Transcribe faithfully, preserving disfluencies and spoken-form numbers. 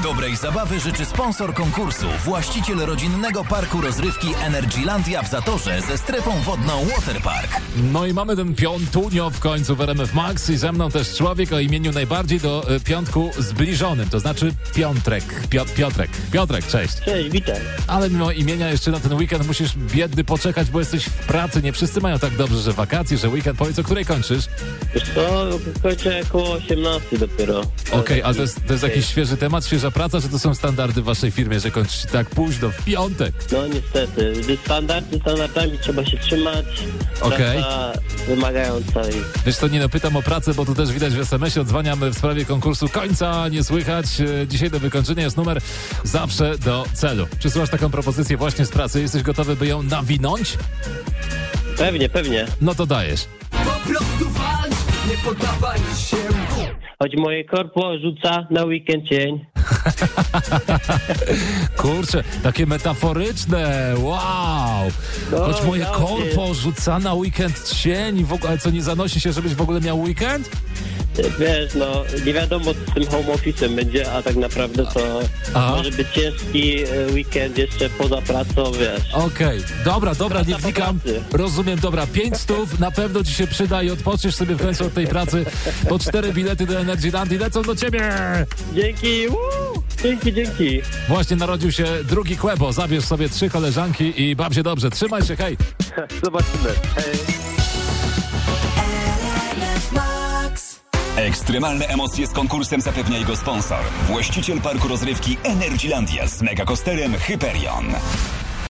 Dobrej zabawy życzy sponsor konkursu, właściciel rodzinnego parku rozrywki Energylandia w Zatorze ze strefą wodną Waterpark. No i mamy ten piątunio w końcu w R M F Max i ze mną też człowiek o imieniu najbardziej do y, piątku zbliżonym, to znaczy Piątrek. Pio, Piotrek. Piotrek, cześć. Cześć, witaj. Ale mimo imienia jeszcze na ten weekend musisz biedny poczekać, bo jesteś w pracy. Nie wszyscy mają tak dobrze, że wakacje, że weekend. Powiedz, o której kończysz? Wiesz co, kończę około osiemnastej dopiero. Okej, okay, ale to jest, to jest jakiś świeży temat, świeża praca, czy to są standardy w waszej firmie, że kończysz tak późno, w piątek? No niestety, standardy standardami trzeba się trzymać. Okej. Praca wymagająca. I... Wiesz to nie no, pytam o pracę, bo tu też widać w es em esie, odzwaniam w sprawie konkursu, końca nie słychać. Dzisiaj do wykończenia jest numer zawsze do celu. Przysyłasz taką propozycję właśnie z pracy, jesteś gotowy, by ją nawinąć? Pewnie, pewnie. No to dajesz. Po prostu walcz, nie poddawaj się. Choć moje korpo rzuca na weekend cień. Kurczę, takie metaforyczne, wow! No, Choć moje no, korpo rzuca na weekend cień, w ogóle, ale co, nie zanosi się, żebyś w ogóle miał weekend? Wiesz, no nie wiadomo co z tym home office'em będzie, a tak naprawdę to Aha. może być ciężki weekend jeszcze poza pracą, wiesz. Okej, okay. dobra, dobra, nie Praca po wnikam, pracy. rozumiem, dobra, pięć stów na pewno ci się przyda i odpoczniesz sobie w końcu od tej pracy, bo cztery bilety do Energylandii lecą do ciebie! Dzięki, woo! Dzięki, dzięki. Właśnie narodził się drugi Kłebo, zabierz sobie trzy koleżanki i baw się dobrze, trzymaj się, hej! Zobaczymy, hej. Ekstremalne emocje z konkursem zapewnia jego sponsor, właściciel parku rozrywki Energylandia z megakosterem Hyperion.